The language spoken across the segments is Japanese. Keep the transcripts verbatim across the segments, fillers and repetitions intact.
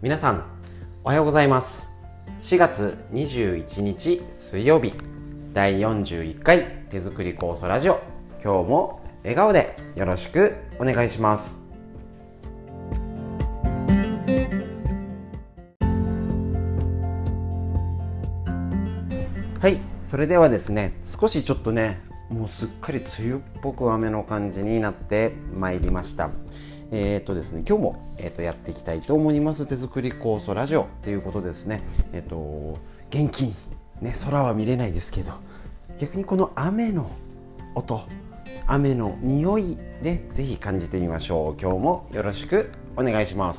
皆さんおはようございます。しがつにじゅういちにち水曜日、だいよんじゅういっかい手作り酵素ラジオ、今日も笑顔でよろしくお願いします。はい、それではですね、少しちょっとねもうすっかり梅雨っぽく雨の感じになってまいりました。えーとですね、今日も、えー、とやっていきたいと思います。手作り酵素ラジオということでですね、えー、と元気に、ね、空は見れないですけど、逆にこの雨の音、雨の匂いでぜひ感じてみましょう。今日もよろしくお願いします。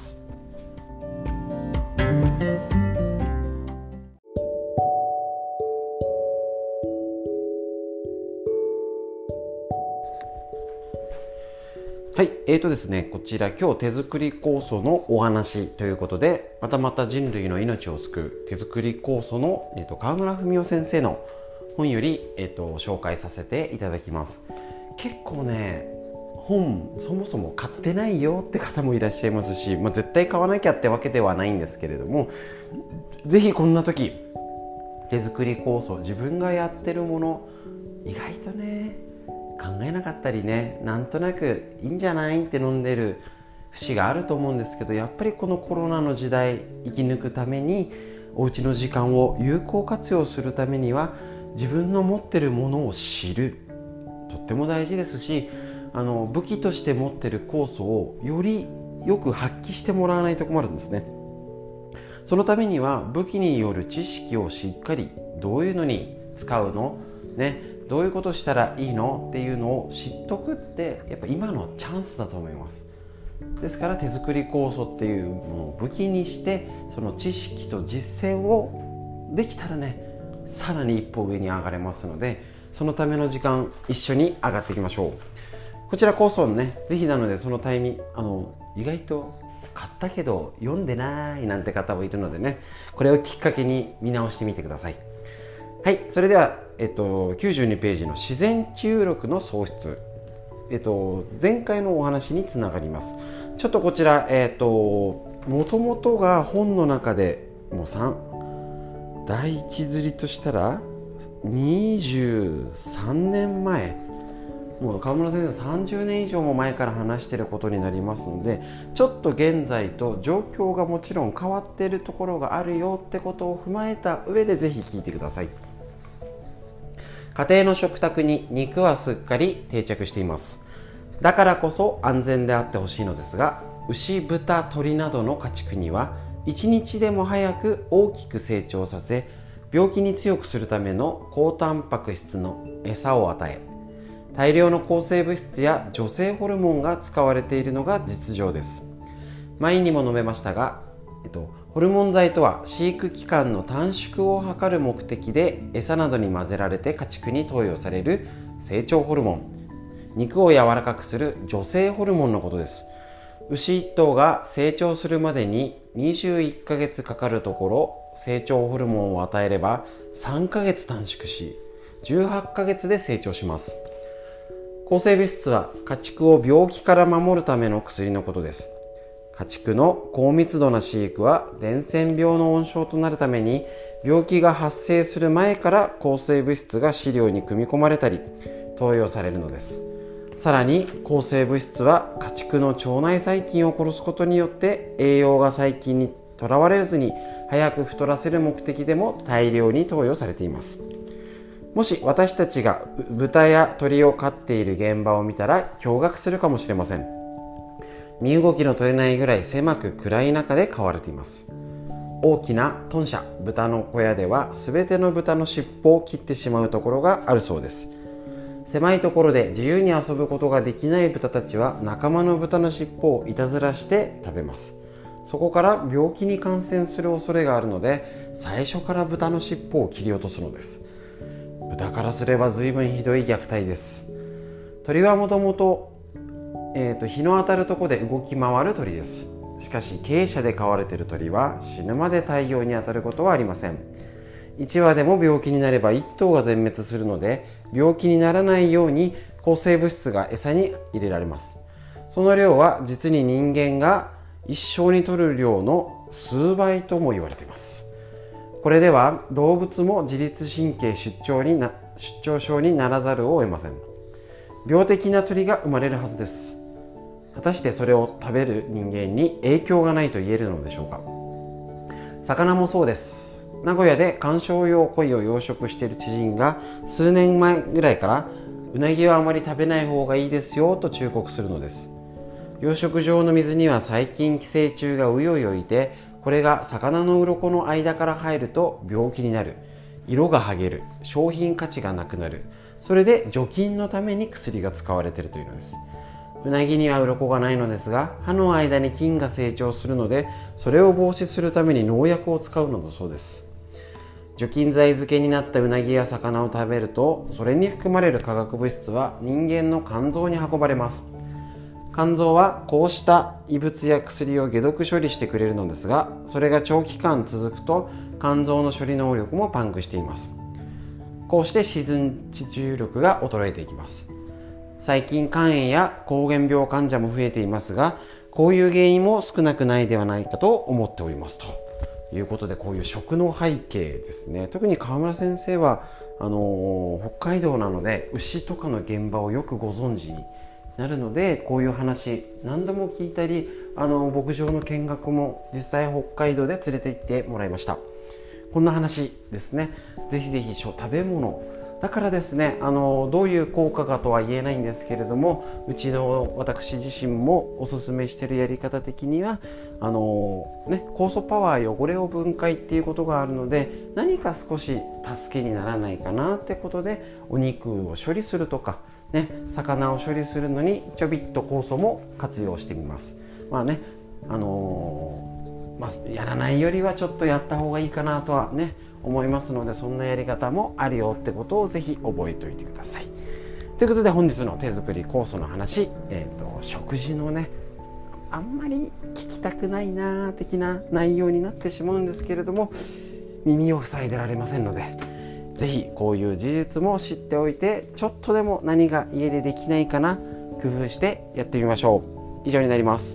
はい、えーとですね、こちら今日手作り酵素のお話ということで、またまた人類の命を救う手作り酵素の、えーと川村文夫先生の本より、えーと紹介させていただきます。結構ね、本そもそも買ってないよって方もいらっしゃいますし、まあ、絶対買わなきゃってわけではないんですけれども、ぜひこんな時手作り酵素、自分がやってるもの意外とね考えなかったりね、なんとなくいいんじゃないって飲んでる節があると思うんですけど、やっぱりこのコロナの時代生き抜くために、お家の時間を有効活用するためには自分の持ってるものを知る、とっても大事ですし、あの武器として持ってる酵素をよりよく発揮してもらわないと困るんですね。そのためには武器による知識をしっかり、どういうのに使うのね、どういうことしたらいいのっていうのを知っとくって、やっぱ今のチャンスだと思います。ですから手作り酵素っていうものを武器にして、その知識と実践をできたらね、さらに一歩上に上がれますので、そのための時間一緒に上がっていきましょう。こちら酵素のね、ぜひなのでそのタイミング、あの意外と買ったけど読んでないなんて方もいるのでね、これをきっかけに見直してみてください。はい、それでは、えっと、きゅうじゅうにページの自然治癒力の創出、えっと、前回のお話につながります。ちょっとこちら、えっと、もともとが本の中でもうさん第一釣りとしたらにじゅうさんねんまえ、もう川村先生さんじゅうねん以上も前から話していることになりますので、ちょっと現在と状況がもちろん変わっているところがあるよってことを踏まえた上でぜひ聞いてください。家庭の食卓に肉はすっかり定着しています。だからこそ安全であってほしいのですが、牛、豚、鶏などの家畜にはいちにちでも早く大きく成長させ、病気に強くするための高タンパク質の餌を与え、大量の抗生物質や女性ホルモンが使われているのが実情です。前にも述べましたが、えっと、ホルモン剤とは飼育期間の短縮を図る目的で餌などに混ぜられて家畜に投与される成長ホルモン、肉を柔らかくする女性ホルモンのことです。牛いっ頭が成長するまでににじゅういっかげつかかるところ、成長ホルモンを与えればさんかげつ短縮し、じゅうはちかげつで成長します。抗生物質は家畜を病気から守るための薬のことです。家畜の高密度な飼育は伝染病の温床となるために、病気が発生する前から抗生物質が飼料に組み込まれたり投与されるのです。さらに抗生物質は家畜の腸内細菌を殺すことによって、栄養が細菌にとらわれずに早く太らせる目的でも大量に投与されています。もし私たちが豚や鳥を飼っている現場を見たら驚愕するかもしれません。身動きの取れないぐらい狭く暗い中で飼われています。大きな豚舎、豚の小屋では全ての豚の尻尾を切ってしまうところがあるそうです。狭いところで自由に遊ぶことができない豚たちは仲間の豚の尻尾をいたずらして食べます。そこから病気に感染する恐れがあるので、最初から豚の尻尾を切り落とすのです。豚からすれば随分ひどい虐待です。鳥はもともとえーと日の当たるところで動き回る鳥です。しかし鶏舎で飼われている鳥は死ぬまで太陽に当たることはありません。いちわでも病気になればいっ頭が全滅するので、病気にならないように抗生物質が餌に入れられます。その量は実に人間が一生に摂る量の数倍とも言われています。これでは動物も自律神経失調にな出張症にならざるを得ません。病的な鳥が生まれるはずです。果たしてそれを食べる人間に影響がないと言えるのでしょうか。魚もそうです。名古屋で観賞用鯉を養殖している知人が数年前ぐらいからうなぎはあまり食べない方がいいですよと忠告するのです。養殖場の水には細菌寄生虫がうようよいて、これが魚の鱗の間から入ると病気になる、色が剥げる、商品価値がなくなる、それで除菌のために薬が使われているというのです。うなぎには鱗がないのですが、歯の間に菌が成長するので、それを防止するために農薬を使うのだそうです。除菌剤漬けになったうなぎや魚を食べると、それに含まれる化学物質は人間の肝臓に運ばれます。肝臓はこうした異物や薬を解毒処理してくれるのですが、それが長期間続くと肝臓の処理能力もパンクしています。こうして自然治癒力が衰えていきます。最近肝炎や膠原病患者も増えていますが、こういう原因も少なくないではないかと思っておりますということで、こういう食の背景ですね。特に川村先生はあのー、北海道なので牛とかの現場をよくご存知になるので、こういう話何度も聞いたり、あの牧場の見学も実際北海道で連れて行ってもらいました。こんな話ですね。ぜひぜひ食べ物だからですね、あのどういう効果かとは言えないんですけれども、うちの私自身もおすすめしているやり方的にはあの、ね、酵素パワー汚れを分解っていうことがあるので、何か少し助けにならないかなってことで、お肉を処理するとか、ね、魚を処理するのにちょびっと酵素も活用してみます。まあね、あのーまあ、やらないよりはちょっとやった方がいいかなとはね思いますので、そんなやり方もあるよってことをぜひ覚えておいてください。ということで本日の手作り酵素の話、えーと、食事のねあんまり聞きたくないな的な内容になってしまうんですけれども、耳を塞いでられませんので、ぜひこういう事実も知っておいて、ちょっとでも何が家でできないかな工夫してやってみましょう。以上になります。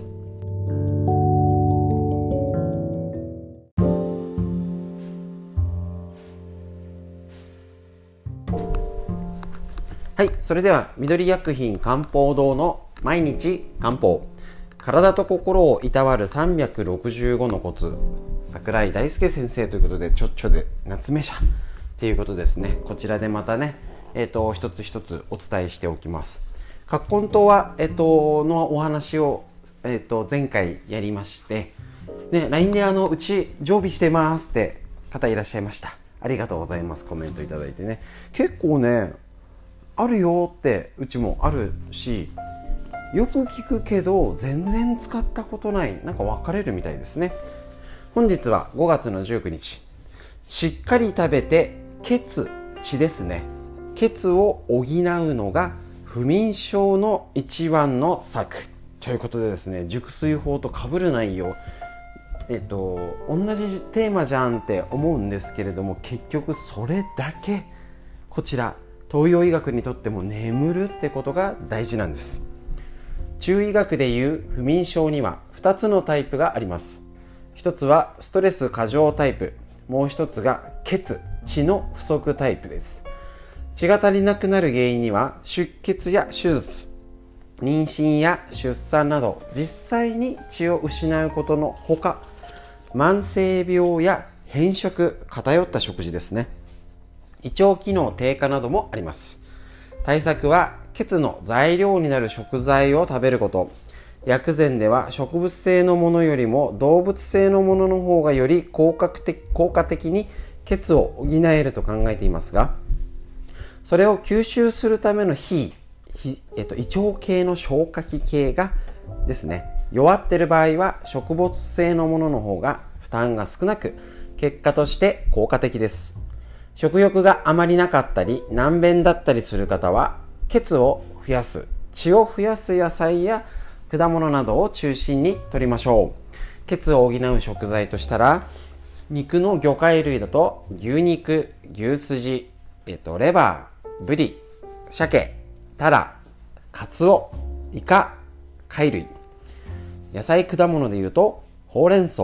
はい、それでは緑薬品漢方堂の毎日漢方、体と心をいたわるさんびゃくろくじゅうごのコツ、櫻井大輔先生ということで、ちょっちょで夏目社ということですね。こちらでまたね、えっと一つ一つお伝えしておきます。葛根湯は、えっと、のお話を、えっと、前回やりまして、ね、ライン であのうち常備してますって方いらっしゃいました。ありがとうございます。コメントいただいてね、結構ねあるよってうちもあるし、よく聞くけど全然使ったことない、なんか分かれるみたいですね。本日はごがつのじゅうくにち、しっかり食べて血血ですね、血を補うのが不眠症の一番の策ということでですね、熟睡法と被る内容、えっと同じテーマじゃんって思うんですけれども、結局それだけこちら東洋医学にとっても眠るってことが大事なんです。中医学でいう不眠症にはふたつのタイプがあります。一つはストレス過剰タイプ、もう一つが血血の不足タイプです。血が足りなくなる原因には出血や手術、妊娠や出産など実際に血を失うことのほか、慢性病や偏食、偏った食事ですね、胃腸機能低下などもあります。対策は血の材料になる食材を食べること。薬膳では植物性のものよりも動物性のものの方がより効果的、効果的に血を補えると考えていますが、それを吸収するための脾、えっと、胃腸系の消化器系がですね、弱っている場合は食物性のものの方が負担が少なく、結果として効果的です。食欲があまりなかったり軟便だったりする方は、血を増やす、血を増やす野菜や果物などを中心に摂りましょう。血を補う食材としたら、肉の魚介類だと牛肉、牛すじ、えっと、レバー、ブリ、鮭、タラ、カツオ、イカ、貝類。野菜果物でいうとほうれん草、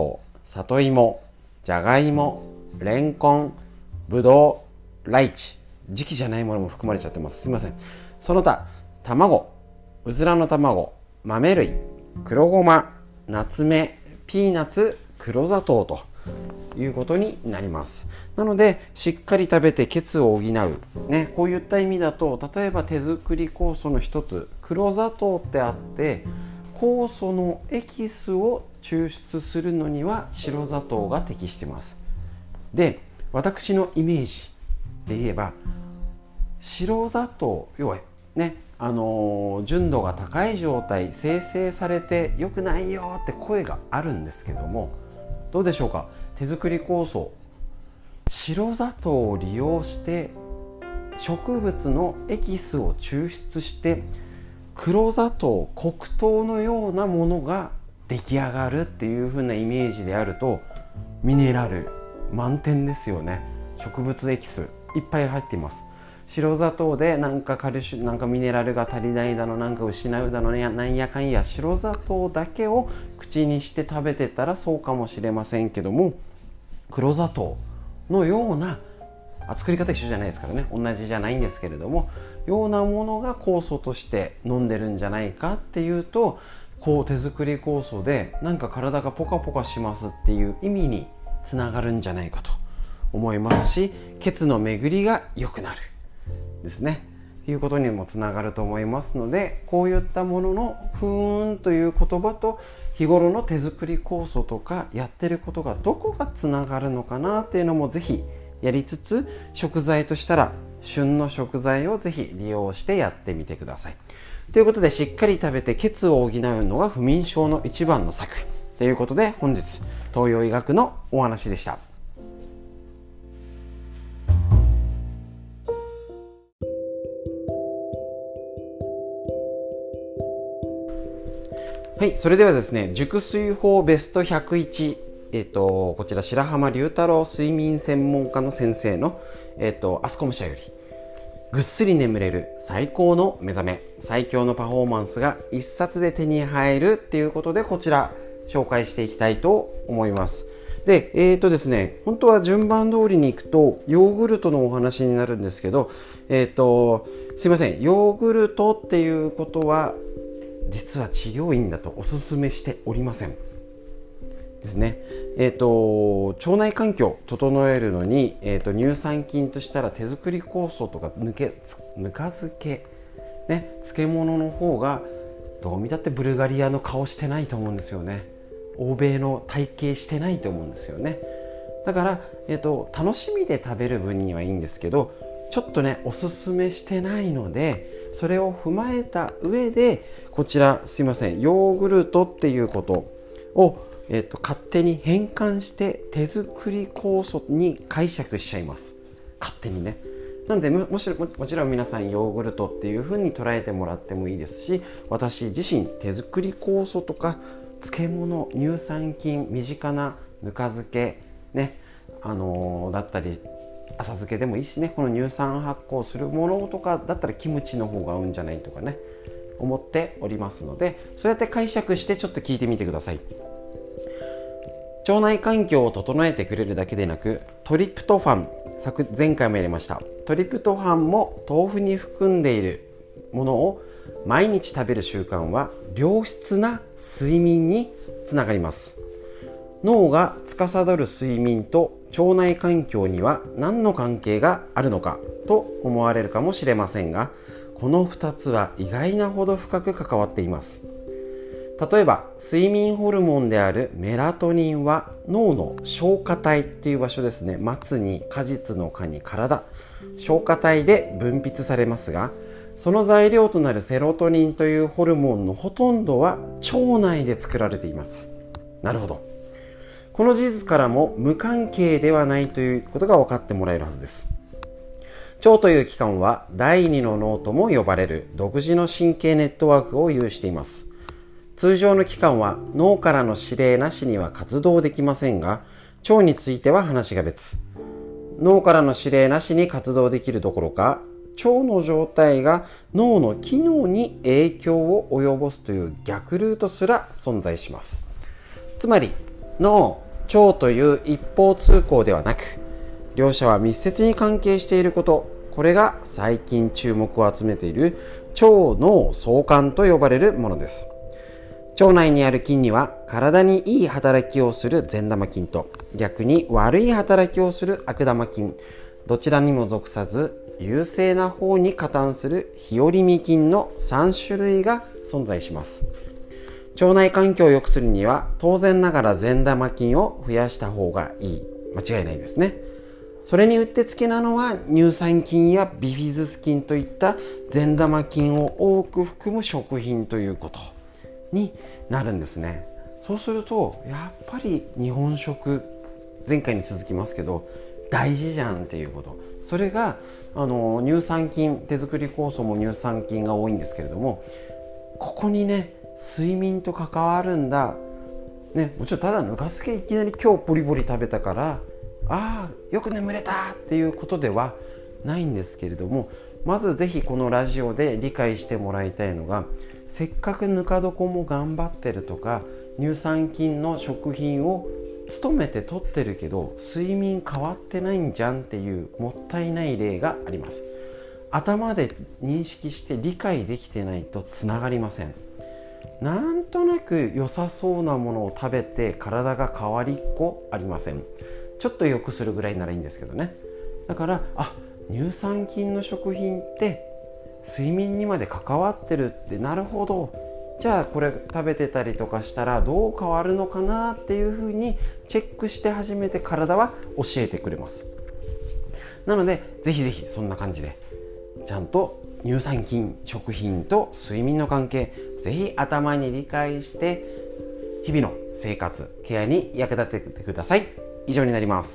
里芋、じゃがいも、レンコン、ぶどう、ライチ、時期じゃないものも含まれちゃってます。すいません。その他、卵、うずらの卵、豆類、黒ごま、ナツメ、ピーナッツ、黒砂糖ということになります。なのでしっかり食べて血を補う、ね、こういった意味だと、例えば手作り酵素の一つ黒砂糖ってあって、酵素のエキスを抽出するのには白砂糖が適しています。で、私のイメージで言えば、白砂糖、要はね、あのー、純度が高い状態、生成されて良くないよって声があるんですけども、どうでしょうか。手作り酵素、白砂糖を利用して植物のエキスを抽出して黒砂糖、黒糖のようなものが出来上がるっていう風なイメージであると、ミネラル満点ですよね。植物エキスいっぱい入っています。白砂糖でなんかカルシウム、なんかミネラルが足りないだの、なんか失うだの、ね、なんやかんや、白砂糖だけを口にして食べてたらそうかもしれませんけども、黒砂糖のような、あ、作り方一緒じゃないですからね、同じじゃないんですけれども、ようなものが酵素として飲んでるんじゃないかっていうと、こう手作り酵素でなんか体がポカポカしますっていう意味につながるんじゃないかと思いますし、血の巡りが良くなるですね、ということにもつながると思いますので、こういったもののふーんという言葉と日頃の手作り酵素とかやってることがどこがつながるのかなっていうのもぜひやりつつ、食材としたら旬の食材をぜひ利用してやってみてください。ということで、しっかり食べて血を補うのが不眠症の一番の策ということで、本日東洋医学のお話でした。はい、それではですね、熟睡法ベストひゃくいち、えっと、こちら白浜龍太郎睡眠専門家の先生の、えっと、アスコム社より、ぐっすり眠れる最高の目覚め、最強のパフォーマンスが一冊で手に入るっていうことで、こちら紹介していきたいと思います。で、えっとですね、本当は順番通りに行くとヨーグルトのお話になるんですけど、えっと、すいません、ヨーグルトっていうことは実は治療院だとおすすめしておりませんですね。えーと、腸内環境を整えるのに、えーと、乳酸菌としたら手作り酵素とかぬけぬか漬け、ね、漬物の方がどう見たってブルガリアの顔してないと思うんですよね。欧米の体型してないと思うんですよね。だから、えーと、楽しみで食べる分にはいいんですけど、ちょっとねおすすめしてないので、それを踏まえた上で、こちらすいません、ヨーグルトっていうことを、えー、と勝手に変換して手作り酵素に解釈しちゃいます。勝手にね。なので も, も, し も, もちろん皆さんヨーグルトっていう風に捉えてもらってもいいですし、私自身手作り酵素とか漬物、乳酸菌、身近なぬか漬けね、あのー、だったり浅漬けでもいいしね、この乳酸発酵するものとかだったらキムチの方が合うんじゃないとかね、思っておりますので、そうやって解釈してちょっと聞いてみてください。腸内環境を整えてくれるだけでなく、トリプトファン、前回もやりました、トリプトファンも豆腐に含んでいるものを毎日食べる習慣は良質な睡眠につながります。脳が司る睡眠と腸内環境には何の関係があるのかと思われるかもしれませんが、このふたつは意外なほど深く関わっています。例えば睡眠ホルモンであるメラトニンは脳の消化体っていう場所ですね、末に果実の果に体、消化体で分泌されますが、その材料となるセロトニンというホルモンのほとんどは腸内で作られています。なるほど。この事実からも無関係ではないということが分かってもらえるはずです。腸という器官は第二の脳とも呼ばれる独自の神経ネットワークを有しています。通常の器官は脳からの指令なしには活動できませんが、腸については話が別。脳からの指令なしに活動できるどころか、腸の状態が脳の機能に影響を及ぼすという逆ルートすら存在します。つまり脳、 腸という一方通行ではなく、両者は密接に関係していること、これが最近注目を集めている腸脳相関と呼ばれるものです。腸内にある菌には体にいい働きをする善玉菌と逆に悪い働きをする悪玉菌、どちらにも属さず優勢な方に加担する日和見菌のさん種類が存在します。腸内環境を良くするには当然ながら善玉菌を増やした方がいい、間違いないですね。それにうってつけなのは乳酸菌やビフィズス菌といった善玉菌を多く含む食品ということになるんですね。そうするとやっぱり日本食、前回に続きますけど大事じゃんっていうこと、それがあの乳酸菌、手作り酵素も乳酸菌が多いんですけれども、ここにね睡眠と関わるんだ、ね、もちろんただぬか漬けいきなり今日ボリボリ食べたからああよく眠れたっていうことではないんですけれども、まずぜひこのラジオで理解してもらいたいのが、せっかくぬか床も頑張ってるとか乳酸菌の食品を努めて取ってるけど睡眠変わってないんじゃんっていうもったいない例があります。頭で認識して理解できてないとつながりません。なんとなく良さそうなものを食べて体が変わりっこありません。ちょっと良くするぐらいならいいんですけどね。だからあ乳酸菌の食品って睡眠にまで関わってるって、なるほど、じゃあこれ食べてたりとかしたらどう変わるのかなっていうふうにチェックして初めて体は教えてくれます。なのでぜひぜひそんな感じでちゃんと乳酸菌食品と睡眠の関係、ぜひ頭に理解して日々の生活ケアに役立ててください。以上になります。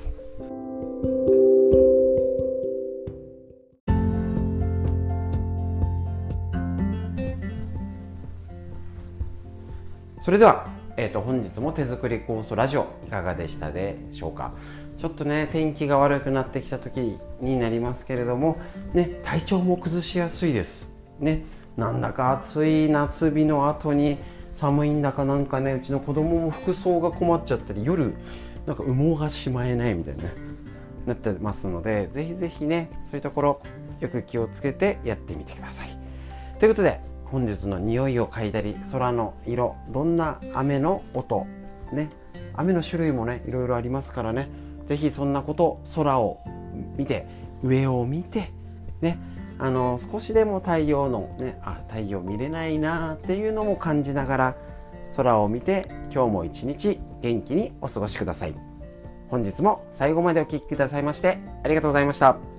それでは、えーと、本日も手作り酵素ラジオいかがでしたでしょうか。ちょっとね天気が悪くなってきた時になりますけれどもね、体調も崩しやすいですね。なんだか暑い夏日の後に寒いんだかなんかね、うちの子供も服装が困っちゃったり、夜なんか羽毛がしまえないみたいななってますので、ぜひぜひねそういうところよく気をつけてやってみてください。ということで本日の匂いを嗅いだり空の色、どんな雨の音ね、雨の種類もねいろいろありますからね、ぜひそんなこと、空を見て上を見てね、あの少しでも太陽のね、あ太陽見れないなっていうのも感じながら空を見て今日も一日元気にお過ごしください。本日も最後までお聞きくださいましてありがとうございました。